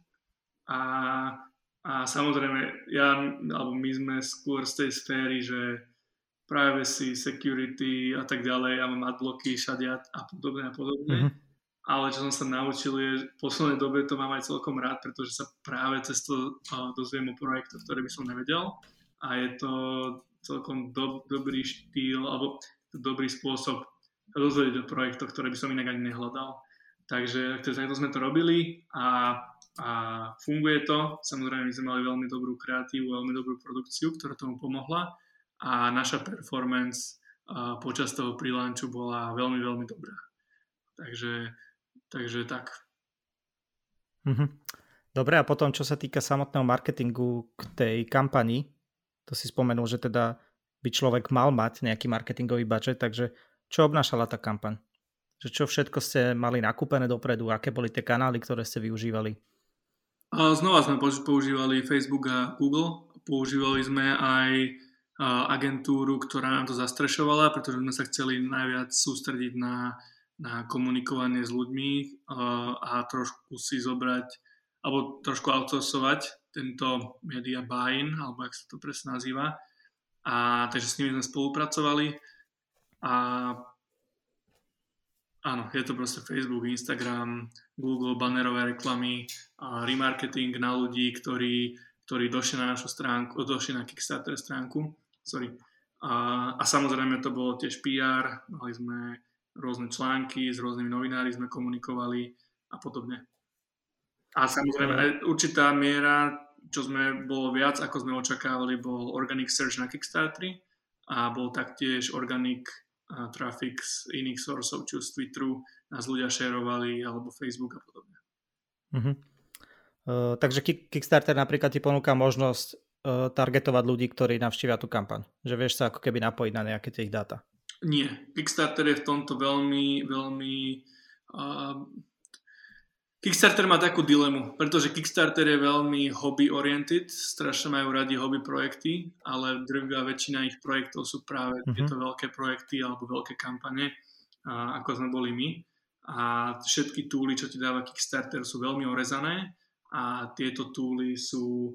Speaker 2: A samozrejme, my sme skôr z tej sféry, že privacy, security a tak ďalej, ja mám adblocky všade a podobne. Ale čo som sa naučil je, v poslednej dobe to mám aj celkom rád, pretože sa práve cez to dozviem o projektoch, ktoré by som nevedel, a je to celkom dobrý štýl alebo dobrý spôsob dozvedieť o projektoch, ktoré by som inak ani nehľadal. Takže takto sme to robili a funguje to. Samozrejme, my sme mali veľmi dobrú kreatívu, veľmi dobrú produkciu, ktorá tomu pomohla, a naša performance počas toho pre-launchu bola veľmi, veľmi dobrá. Takže tak.
Speaker 1: Dobre, a potom, čo sa týka samotného marketingu k tej kampani, to si spomenul, že teda by človek mal mať nejaký marketingový budget, takže čo obnášala tá kampaň? Že čo všetko ste mali nakúpené dopredu, aké boli tie kanály, ktoré ste využívali?
Speaker 2: Znova sme používali Facebook a Google. Používali sme aj agentúru, ktorá nám to zastrešovala, pretože sme sa chceli najviac sústrediť na komunikovanie s ľuďmi a trošku si zobrať alebo trošku outsourcovať tento media buy-in, alebo jak sa to presne nazýva. Takže s nimi sme spolupracovali a áno, je to proste Facebook, Instagram, Google, banerové reklamy, remarketing na ľudí, ktorí došli na našu stránku, došli na Kickstarter stránku. A samozrejme to bolo tiež PR, mali sme rôzne články, s rôznymi novinári sme komunikovali a podobne. A samozrejme aj určitá miera, čo bolo viac, ako sme očakávali, bol organic search na Kickstarteri a bol taktiež organic traffic z iných sourceov, či z Twitteru nás ľudia šerovali, alebo Facebook a podobne.
Speaker 1: Takže Kickstarter napríklad ti ponúka možnosť targetovať ľudí, ktorí navštívia tú kampaň. Že vieš sa ako keby napojiť na nejaké tie ich dáta.
Speaker 2: Nie. Kickstarter je v tomto veľmi, veľmi... Kickstarter má takú dilemu, pretože Kickstarter je veľmi hobby-oriented, strašne majú radi hobby projekty, ale drvivá väčšina ich projektov sú práve tieto veľké projekty alebo veľké kampane, ako sme boli my. A všetky túly, čo ti dáva Kickstarter, sú veľmi orezané a tieto túly sú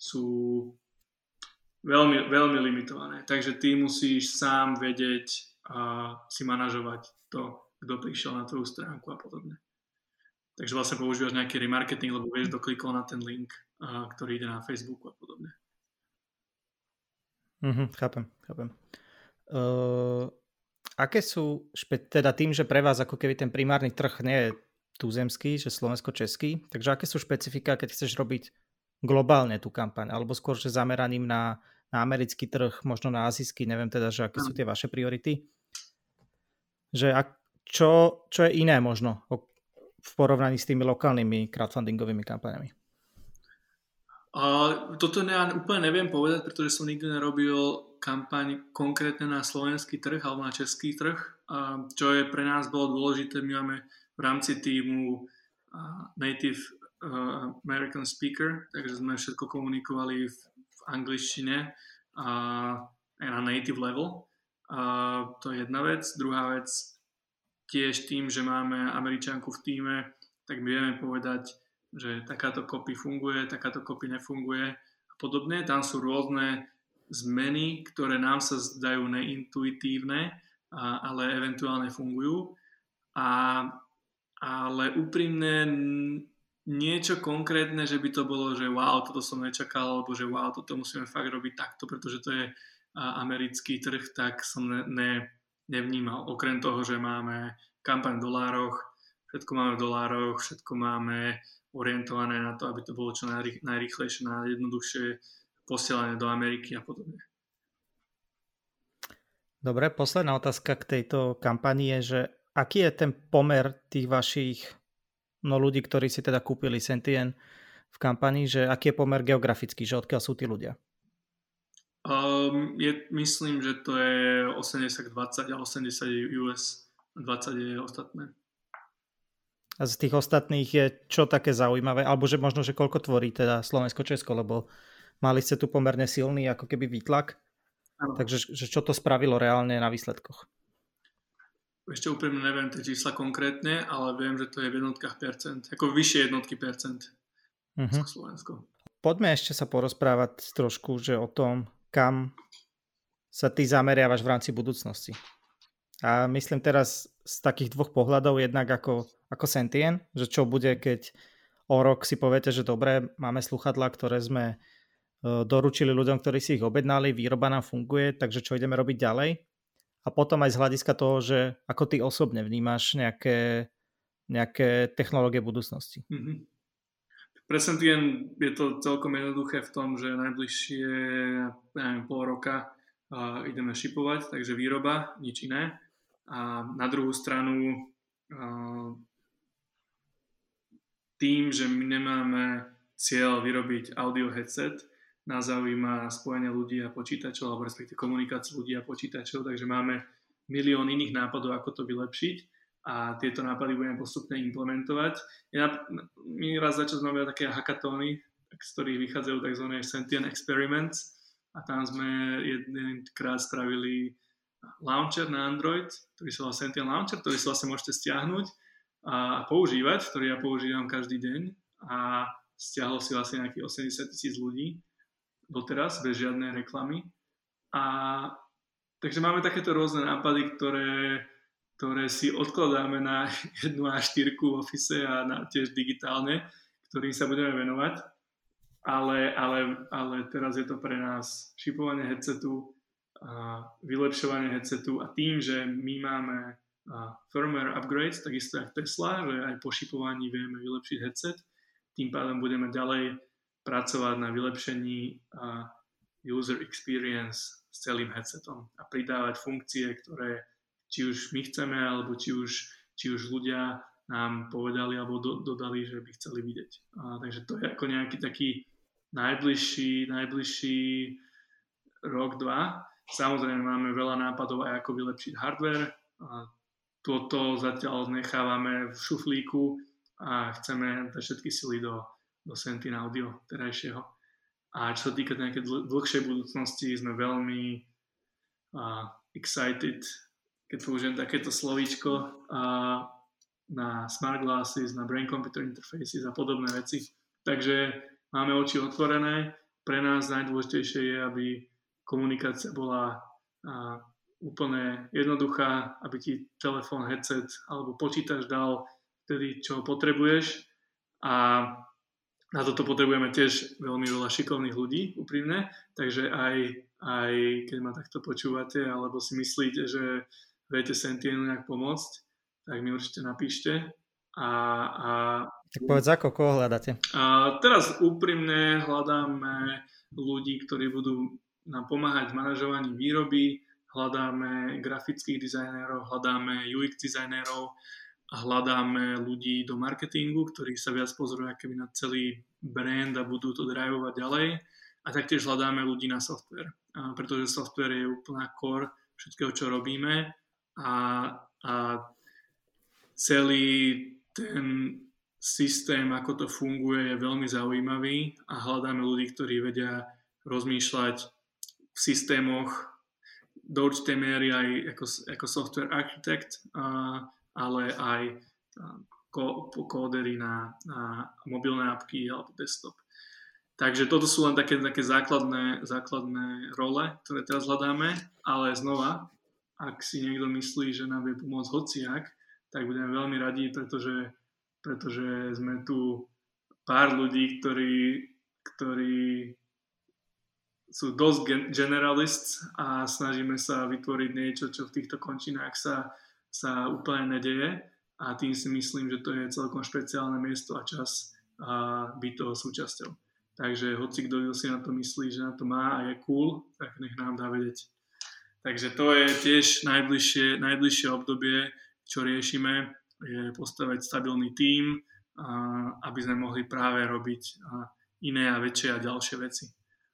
Speaker 2: veľmi, veľmi limitované. Takže ty musíš sám vedieť si manažovať to, kto prišiel na tvoju stránku a podobne. Takže vlastne používaš nejaký remarketing, lebo vieš, kto klikol na ten link, ktorý ide na Facebooku a podobne.
Speaker 1: Chápem. Aké sú, teda tým, že pre vás ako keby ten primárny trh nie je tuzemský, že slovensko-český, takže aké sú špecifika, keď chceš robiť globálne tú kampaň, alebo skôr, že zameraním na americký trh, možno na azijský, neviem teda, že aké sú tie vaše priority? Že čo je iné možno v porovnaní s tými lokálnymi crowdfundingovými kampaňami?
Speaker 2: Toto úplne neviem povedať, pretože som nikdy nerobil kampaň konkrétne na slovenský trh alebo na český trh. Čo je pre nás bolo dôležité, my máme v rámci týmu native American speaker, takže sme všetko komunikovali v angličtine aj na native level. To je jedna vec. Druhá vec, tiež tým, že máme Američanku v tíme, tak my vieme povedať, že takáto copy funguje, takáto copy nefunguje a podobne. Tam sú rôzne zmeny, ktoré nám sa zdajú neintuitívne, ale eventuálne fungujú. Ale úprimne niečo konkrétne, že by to bolo, že wow, toto som nečakal, alebo že wow, toto musíme fakt robiť takto, pretože to je americký trh, tak som nevnímal. Okrem toho, že máme kampaň v dolároch, všetko máme v dolároch, všetko máme orientované na to, aby to bolo čo najrýchlejšie, najjednoduchšie posielanie do Ameriky a podobne.
Speaker 1: Dobre, posledná otázka k tejto kampani je, že aký je ten pomer tých vašich ľudí, ktorí si teda kúpili Sentien v kampani, že aký je pomer geografický, že odkiaľ sú tí ľudia?
Speaker 2: Myslím, že to je 80-20 a 80 US, 20 je ostatné.
Speaker 1: A z tých ostatných je čo také zaujímavé? Alebo že možno, že koľko tvorí teda Slovensko-Česko, lebo mali ste tu pomerne silný ako keby výtlak. Ano. Takže že čo to spravilo reálne na výsledkoch?
Speaker 2: Ešte úprimne neviem tie čísla konkrétne, ale viem, že to je v jednotkách percent. Ako vyššie jednotky percent. Slovensko.
Speaker 1: Poďme ešte sa porozprávať trošku, že o tom, kam sa ty zameriavaš v rámci budúcnosti. A myslím teraz z takých dvoch pohľadov, jednak ako Sentien, že čo bude, keď o rok si poviete, že dobre, máme slúchadlá, ktoré sme doručili ľuďom, ktorí si ich objednali, výroba nám funguje, takže čo ideme robiť ďalej? A potom aj z hľadiska toho, že ako ty osobne vnímaš nejaké technológie budúcnosti.
Speaker 2: Pre Sentien je to celkom jednoduché v tom, že najbližšie pol roka ideme šipovať, takže výroba, nič iné. A na druhú stranu tým, že my nemáme cieľ vyrobiť audio headset, nás zaujíma spojenie ľudí a počítačov, alebo respektíve komunikáciu ľudí a počítačov, takže máme milión iných nápadov, ako to vylepšiť a tieto nápady budeme postupne implementovať. My raz za čas máme také hackathony, z ktorých vychádzajú tzv. Sentien Experiments a tam sme jedenkrát spravili launcher na Android, ktorý sa volá Sentien Launcher, ktorý si vlastne môžete stiahnuť a používať, ktorý ja používam každý deň a stiahol si vlastne nejakých 80,000 ľudí doteraz, bez žiadnej reklamy. Takže máme takéto rôzne nápady, ktoré si odkladáme na jednu A4 v office a tiež digitálne, ktorým sa budeme venovať. Ale teraz je to pre nás šipovanie headsetu, vylepšovanie headsetu a tým, že my máme firmware upgrades, takisto ako Tesla, že aj po šipovaní vieme vylepšiť headset, tým pádom budeme ďalej pracovať na vylepšení user experience s celým headsetom a pridávať funkcie, ktoré či už my chceme, alebo či už ľudia nám povedali alebo dodali, že by chceli vidieť. Takže to je ako nejaký taký najbližší rok, dva. Samozrejme máme veľa nápadov aj ako vylepšiť hardware. Toto zatiaľ nechávame v šuflíku a chceme dať všetky sily do Sentien Audio terajšieho. A čo sa týka nejakej dlhšej budúcnosti, sme veľmi excited, keď použijem takéto slovíčko, na smart glasses, na brain computer interfaces a podobné veci. Takže máme oči otvorené. Pre nás najdôležitejšie je, aby komunikácia bola úplne jednoduchá, aby ti telefón, headset alebo počítač dal vtedy, čo potrebuješ. A na toto potrebujeme tiež veľmi veľa šikovných ľudí, úprimne. Takže aj keď ma takto počúvate, alebo si myslíte, že viete Sentienu nejak pomôcť, tak mi určite napíšte.
Speaker 1: Tak povedz, koho hľadáte?
Speaker 2: Teraz úprimne hľadáme ľudí, ktorí budú nám pomáhať v manažovaní výroby, hľadáme grafických dizajnérov, hľadáme UX dizajnérov hľadáme ľudí do marketingu, ktorí sa viac pozorujú akoby na celý brand a budú to drivovať ďalej. A taktiež hľadáme ľudí na software, pretože software je úplná core všetkého, čo robíme a celý ten systém, ako to funguje, je veľmi zaujímavý a hľadáme ľudí, ktorí vedia rozmýšľať v systémoch do určitej miery aj ako software architect, ale aj kódery na mobilné apky alebo desktop. Takže toto sú len také základné role, ktoré teraz hľadáme, ale znova, ak si niekto myslí, že nám vie pomôcť hociak, tak budeme veľmi radi, pretože sme tu pár ľudí, ktorí sú dosť generalists a snažíme sa vytvoriť niečo, čo v týchto končinách sa úplne nedeje a tým si myslím, že to je celkom špeciálne miesto a čas byť toho súčasťou. Takže hoci kto si na to myslí, že na to má a je cool, tak nech nám dá vedieť. Takže to je tiež najbližšie obdobie, čo riešime, je postaviť stabilný tím, aby sme mohli práve robiť iné a väčšie a ďalšie veci.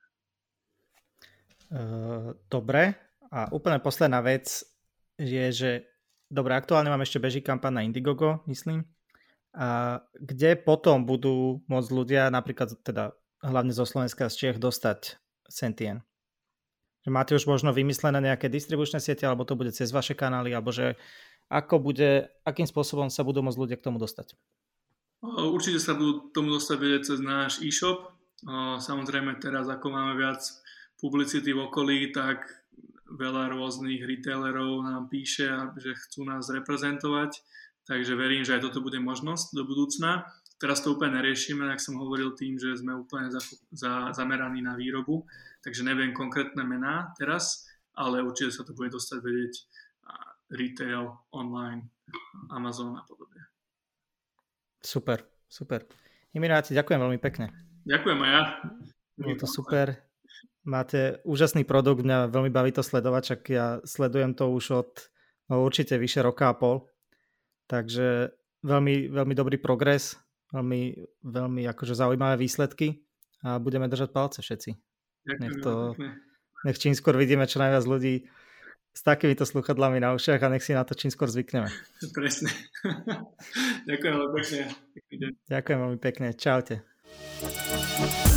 Speaker 1: Dobre. A úplne posledná vec je, že dobre, aktuálne mám ešte beží kampaň na Indiegogo, myslím. A kde potom budú môcť ľudia, napríklad teda hlavne zo Slovenska, z Čiech, dostať Sentien? Že máte už možno vymyslené nejaké distribučné siete, alebo to bude cez vaše kanály, alebo že akým spôsobom sa budú môcť ľudia k tomu dostať?
Speaker 2: Určite sa budú tomu dostať vedieť cez náš e-shop. Samozrejme teraz, ako máme viac publicity v okolí, tak veľa rôznych retailerov nám píše, že chcú nás reprezentovať. Takže verím, že aj toto bude možnosť do budúcna. Teraz to úplne neriešime, ak som hovoril tým, že sme úplne zameraní na výrobu, takže neviem konkrétne mená teraz, ale určite sa to bude dostať vedieť retail, online, Amazon a podobne.
Speaker 1: Super. Imiráci, ďakujem veľmi pekne.
Speaker 2: Ďakujem aj ja.
Speaker 1: Bolo to super. Máte úžasný produkt, mňa veľmi baví to sledovať, čak ja sledujem to už od určite vyše roka a pol. Takže veľmi, veľmi dobrý progres, veľmi akože zaujímavé výsledky a budeme držať palce všetci.
Speaker 2: Ďakujem.
Speaker 1: Nech čím skôr vidíme čo najviac ľudí s takýmito sluchadlami na ušiach a nech si na to čím skôr zvykneme.
Speaker 2: Presne. Ďakujem veľmi pekne.
Speaker 1: Ďakujem veľmi pekne. Čaute.